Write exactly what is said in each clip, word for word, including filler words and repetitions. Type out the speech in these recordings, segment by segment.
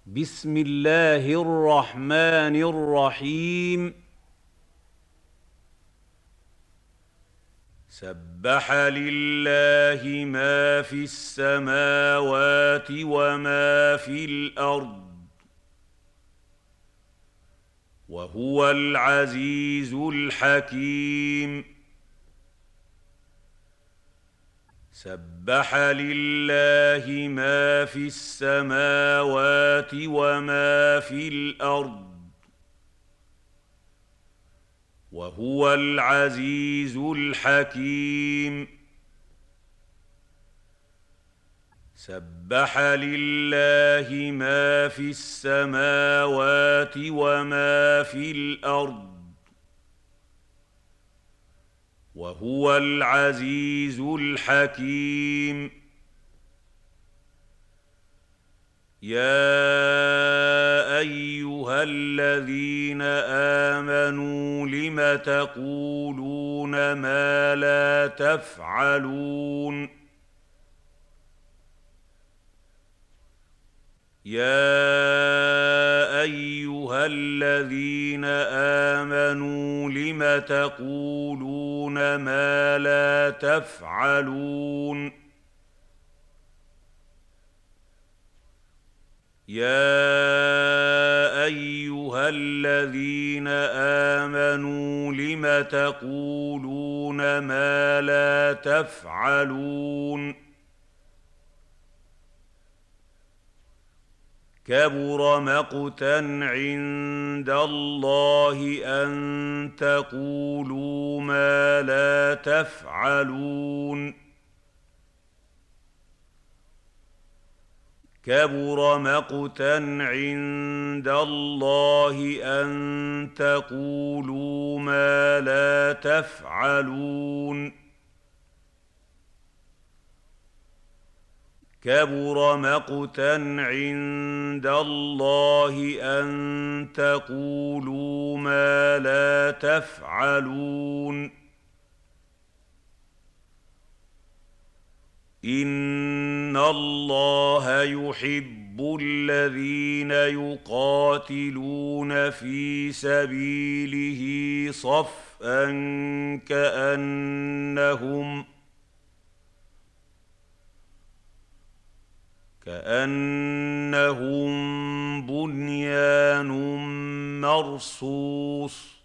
بسم الله الرحمن الرحيم. سبح لله ما في السماوات وما في الأرض وهو العزيز الحكيم. سبح لله ما في السماوات وما في الأرض وهو العزيز الحكيم. سبح لله ما في السماوات وما في الأرض وهو العزيز الحكيم. يا أيها الذين آمنوا لم تقولون ما لا تفعلون. يا أيها الذين آمنوا لم تقولون ما لا تفعلون. يا أيها الذين آمنوا لم تقولون ما لا تفعلون. كبر مقتا عند الله أن تقولوا ما لا تفعلون. كبر مقتا عند الله أن تقولوا ما لا تفعلون. كبر مقتا عند الله أن تقولوا ما لا تفعلون. إن الله يحب الذين يقاتلون في سبيله صفا كأنهم كأنهم بنيان مرصوص.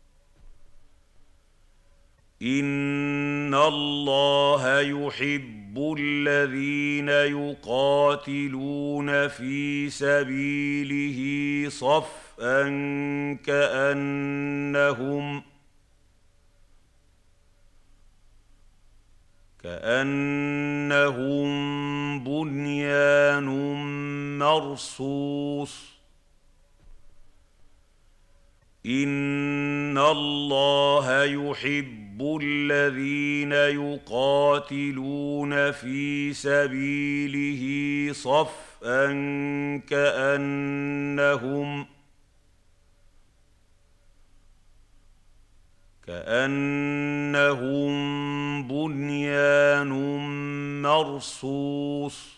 إن الله يحب الذين يقاتلون في سبيله صفا كأنهم كأنهم بنيان مرصوص. إن الله يحب الذين يقاتلون في سبيله صفا كأنهم كأنهم بنيان مرصوص.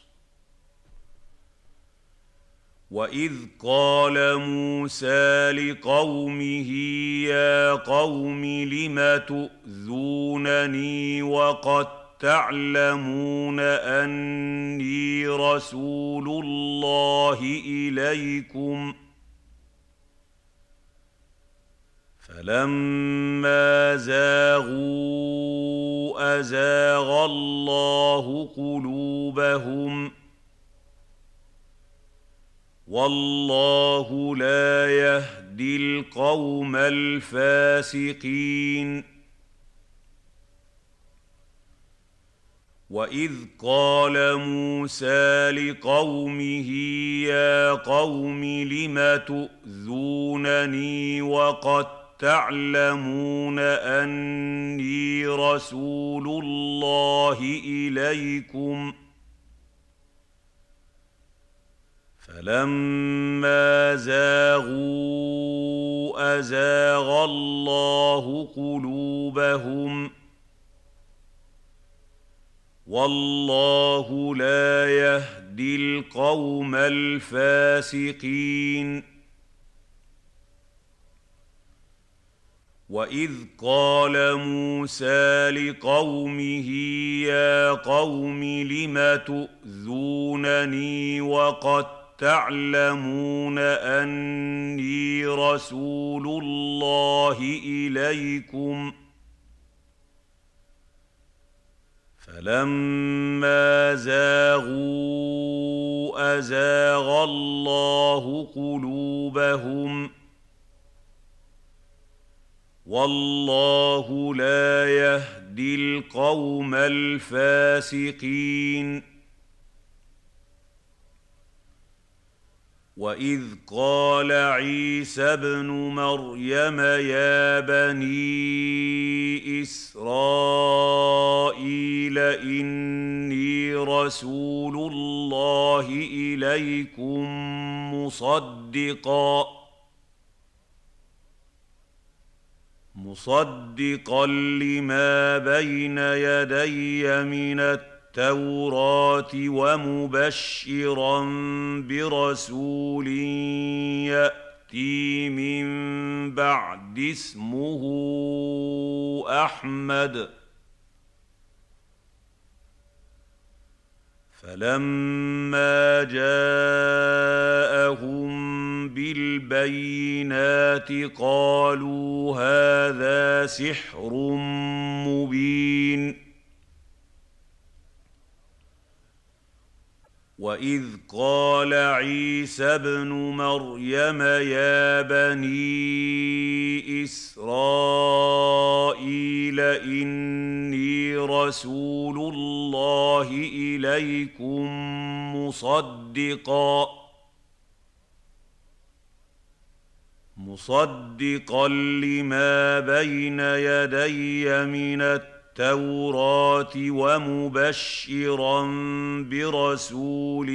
وإذ قال موسى لقومه يا قوم لم تؤذونني وقد تعلمون أني رسول الله إليكم. فلما زاغوا أزاغ الله قلوبهم والله لا يهدي القوم الفاسقين. وإذ قال موسى لقومه يا قوم لم تؤذونني وقد تعلمون أني رسول الله إليكم. فلما زاغوا أزاغ الله قلوبهم والله لا يهدي يهدي القوم الفاسقين وإذ قال موسى لقومه يا قوم لم تؤذونني وقد تعلمون أني رسول الله إليكم فلما زاغوا أزاغ الله قلوبهم والله لا يهدي القوم الفاسقين وإذ قال عيسى ابن مريم يا بني إسرائيل إني رسول الله إليكم مصدقاً مصدقا لما بين يدي من التوراة ومبشرا برسول يأتي من بعد اسمه أحمد فلما جاءهم بالبينات قالوا هذا سحر مبين وإذ قال عيسى ابن مريم يا بني إسرائيل إني رسول الله إليكم مصدقاً مصدقا لما بين يدي من التوراة ومبشرا برسول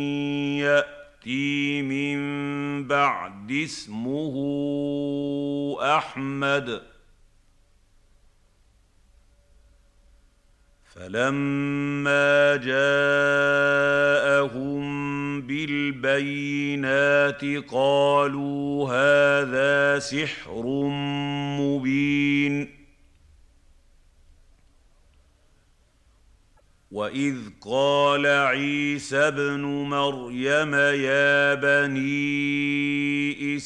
يأتي من بعد اسمه أحمد فلما جاءهم بالبينات قالوا هذا سحر مبين وإذ قال عيسى ابن مريم يا بني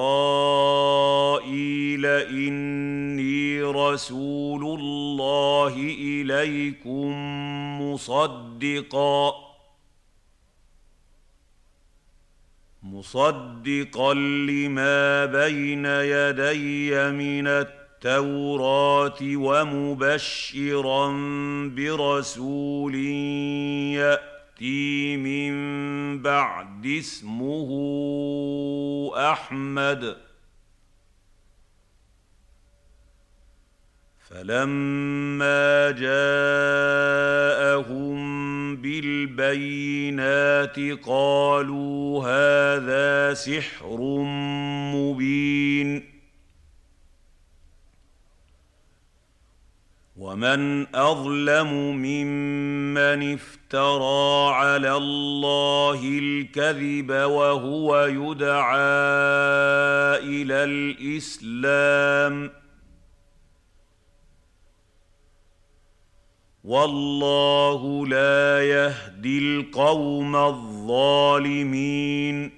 إسرائيل إني رسول الله إليكم مصدقاً مصدقا لما بين يدي من التوراة ومبشرا برسول يأتي من بعد اسمه أحمد فلما جاءهم بالبينات قالوا هذا سحر مبين ومن أظلم ممن افترى على الله الكذب وهو يدعى إلى الإسلام والله لا يهدي القوم الظالمين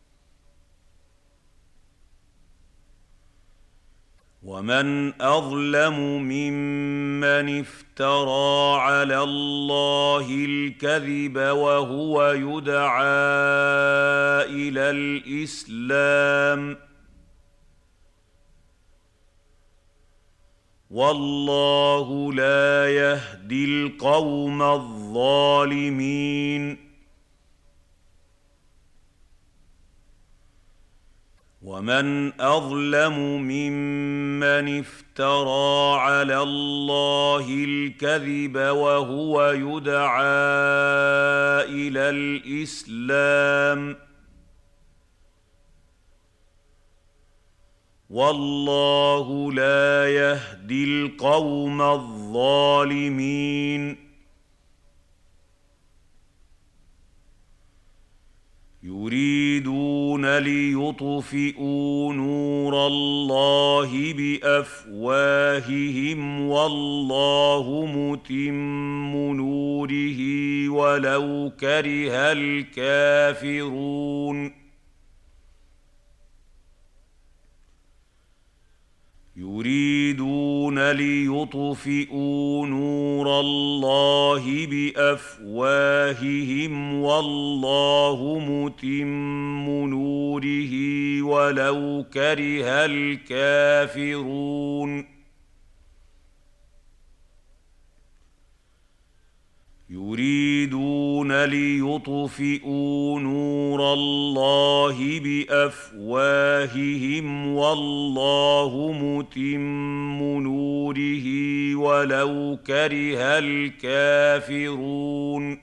ومن أظلم ممن افترى على الله الكذب وهو يدعى إلى الإسلام والله لا يهدي القوم الظالمين. ومن أظلم ممن افترى على الله الكذب وهو يدعى إلى الإسلام والله لا يهدي القوم الظالمين. يريدون ليطفئوا نور الله بأفواههم والله متم نوره ولو كره الكافرون يريدون ليطفئوا نور الله بأفواههم والله متم نوره ولو كره الكافرون يريدون ليطفئوا نور الله بأفواههم والله متم نوره ولو كره الكافرون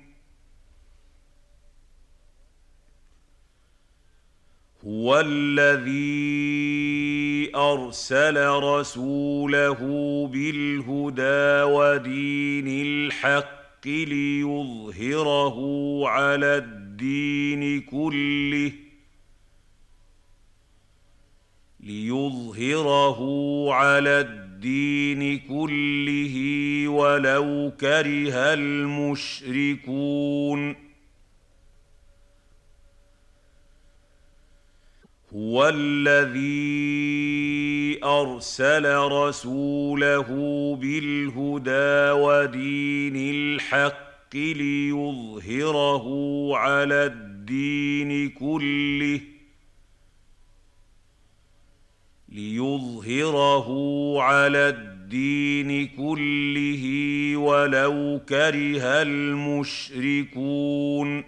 هو الذي أرسل رسوله بالهدى ودين الحق ليظهره على الدين كله ليظهره على الدين كله ولو كره المشركون هو الذي أرسل رسوله بالهدى ودين الحق ليظهره على الدين كله ليظهره على الدين كله ولو كره المشركون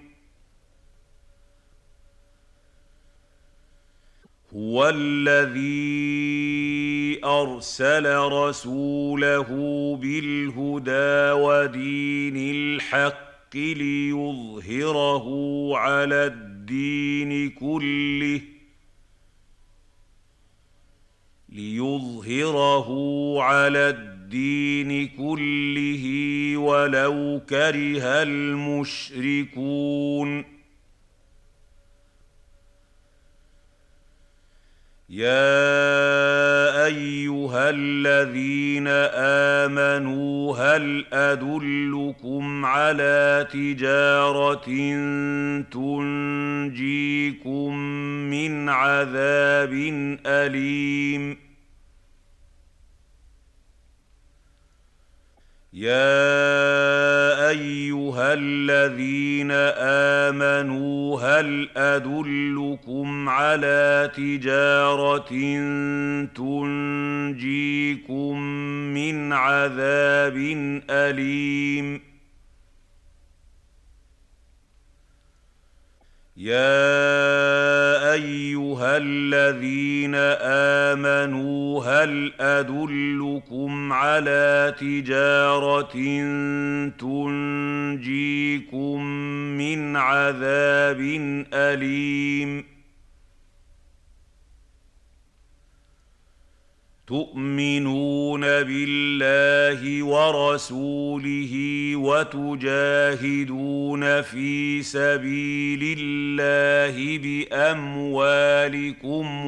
هو الذي أرسل رسوله بالهدى ودين الحق ليظهره على الدين كله ليظهره على الدين كله ولو كره المشركون يا أيها الذين آمنوا هل أدلكم على تجارة تنجيكم من عذاب أليم يا أيها الذين آمنوا هل أدلكم على تجارة تنجيكم من عذاب أليم يا أيها الذين آمنوا هل أدلكم على تجارة تنجيكم من عذاب أليم تؤمنون بالله ورسوله وتجاهدون في سبيل الله بأموالكم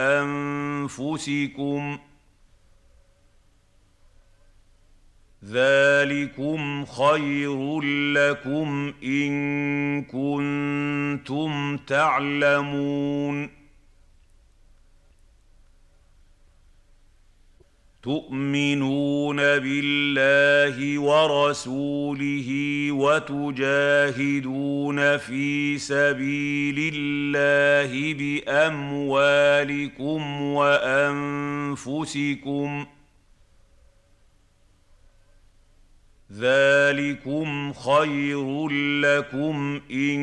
وأنفسكم ذلكم خير لكم إن كنتم تعلمون تؤمنون بالله ورسوله وتجاهدون في سبيل الله بأموالكم وأنفسكم ذلكم خير لكم إن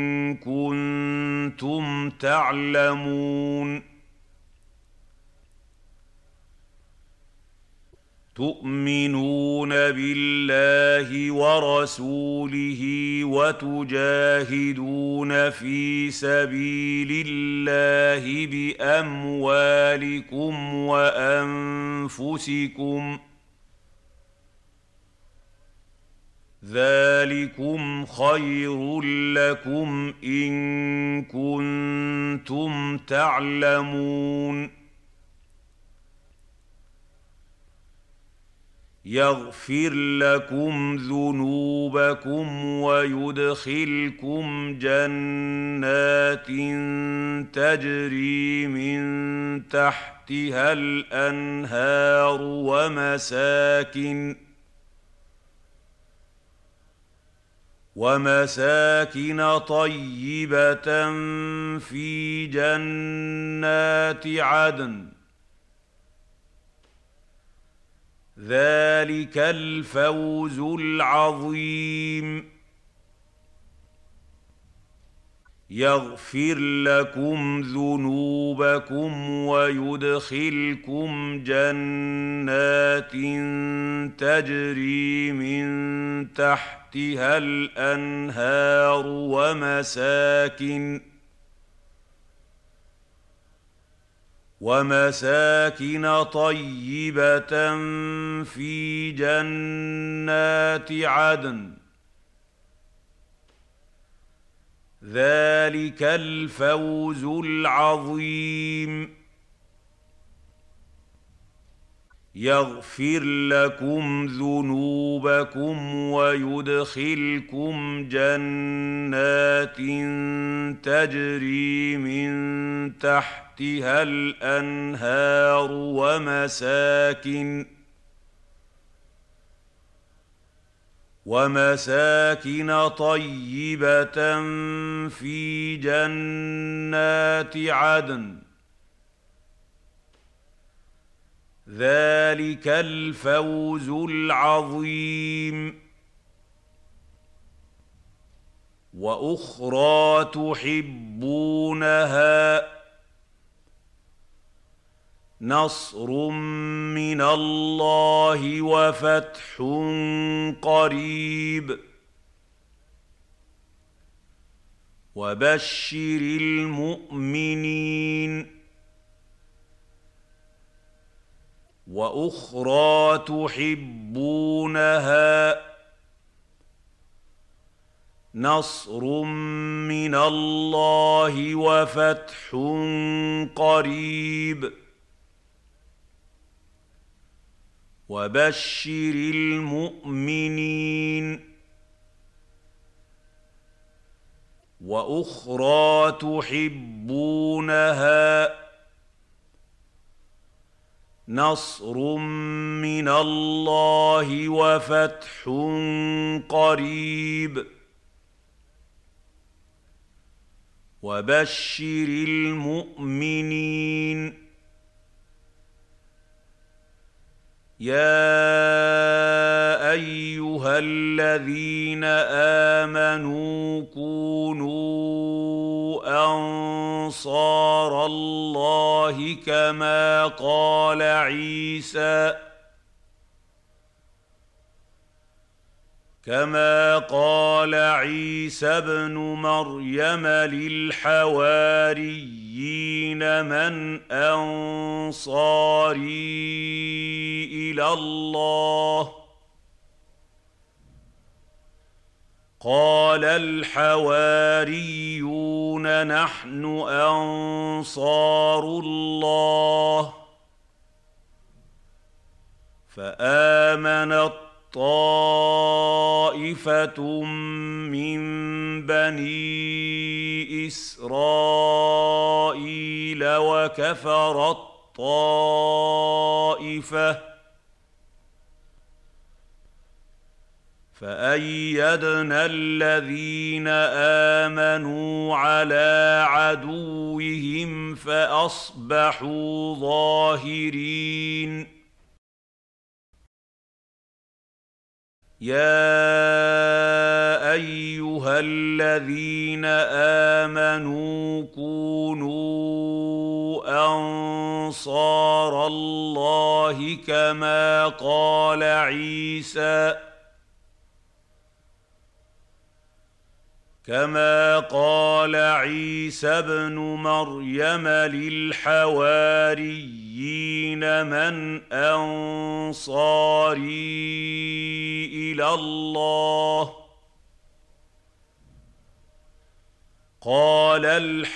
كنتم تعلمون تؤمنون بالله ورسوله وتجاهدون في سبيل الله بأموالكم وأنفسكم ذلكم خير لكم إن كنتم تعلمون يغفر لكم ذنوبكم ويدخلكم جنات تجري من تحتها الأنهار ومساكن ومساكن طيبة في جنات عدن ذلك الفوز العظيم يغفر لكم ذنوبكم ويدخلكم جنات تجري من تحتها الأنهار ومساكن ومساكن طيبة في جنات عدن ذلك الفوز العظيم يغفر لكم ذنوبكم ويدخلكم جنات تجري من تحتها الأنهار ومساكن ومساكن طيبة في جنات عدن ذلك الفوز العظيم وأخرى تحبونها نصر من الله وفتح قريب وبشر المؤمنين وأخرى تحبونها نصر من الله وفتح قريب وبشر المؤمنين وأخرى تحبونها نصر من الله وفتح قريب وبشر المؤمنين يا أيها الذين آمنوا كونوا أنصار الله كما قال عيسى كما قال عيسى ابن مريم للحواريين من أنصاري إلى الله قال الحواريون نحن أنصار الله فآمنت طائفة من بني إسرائيل وكفرت طائفة فأيدنا الذين آمنوا على عدوهم فأصبحوا ظاهرين يا أيها الذين آمنوا كونوا أنصار الله كما قال عيسى كما قال عيسى ابن مريم للحواريين من أنصاري إلى الله قال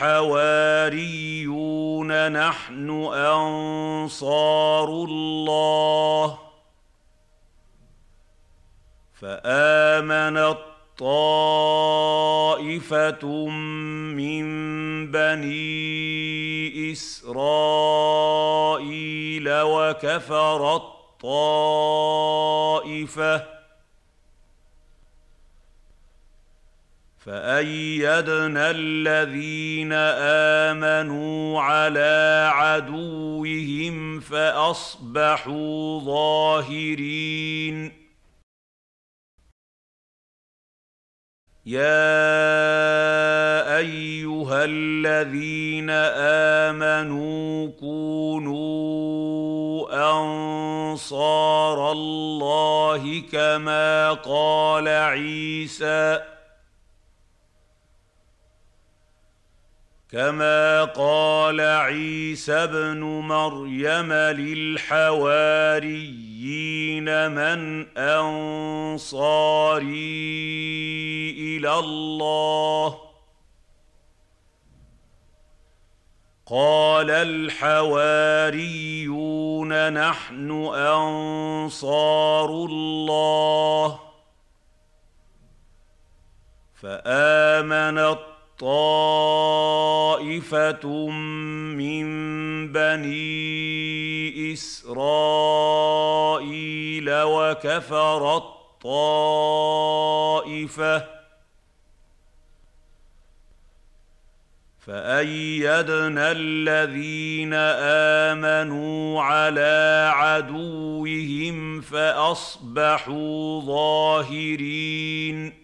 الحواريون نحن أنصار الله فآمنت طائفة من بني إسرائيل وكفرت طائفة فأيدنا الذين آمنوا على عدوهم فأصبحوا ظاهرين يا أيها الذين آمنوا كونوا أنصار الله كما قال عيسى كما قال عيسى ابن مريم للحواريين من أنصاري إلى الله قال الحواريون نحن أنصار الله فآمنت طائفة من بني إسرائيل وكفرت طائفة فأيدنا الذين آمنوا على عدوهم فأصبحوا ظاهرين